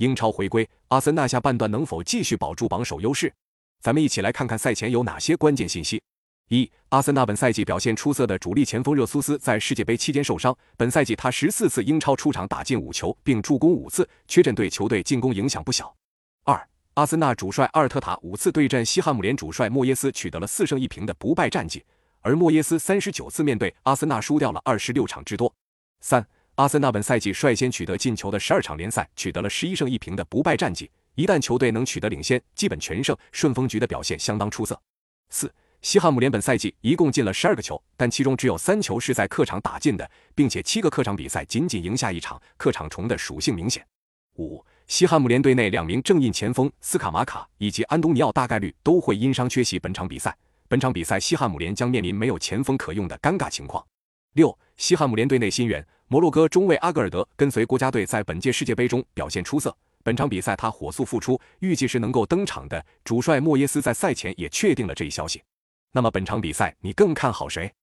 英超回归，阿森纳下半段能否继续保住榜首优势？咱们一起来看看赛前有哪些关键信息。一、阿森纳本赛季表现出色的主力前锋热苏斯在世界杯期间受伤，本赛季他14次英超出场打进5球，并助攻5次，缺阵对球队进攻影响不小。二、阿森纳主帅阿尔特塔5次对阵西汉姆联主帅莫耶斯取得了4胜1平的不败战绩，而莫耶斯39次面对阿森纳输掉了26场之多。三、阿森纳本赛季率先取得进球的12场联赛取得了11胜1平的不败战绩，一旦球队能取得领先，基本全胜，顺风局的表现相当出色。四、西汉姆联本赛季一共进了12个球，但其中只有3球是在客场打进的，并且7个客场比赛仅赢下1场，客场虫的属性明显。五、西汉姆联队内2名正印前锋斯卡马卡以及安东尼奥大概率都会因伤缺席本场比赛，本场比赛西汉姆联将面临没有前锋可用的尴尬情况。六、西汉姆联队内新援摩洛哥中卫阿格尔德跟随国家队在本届世界杯中表现出色，本场比赛他火速复出，预计是能够登场的。主帅莫耶斯在赛前也确定了这一消息。那么本场比赛你更看好谁？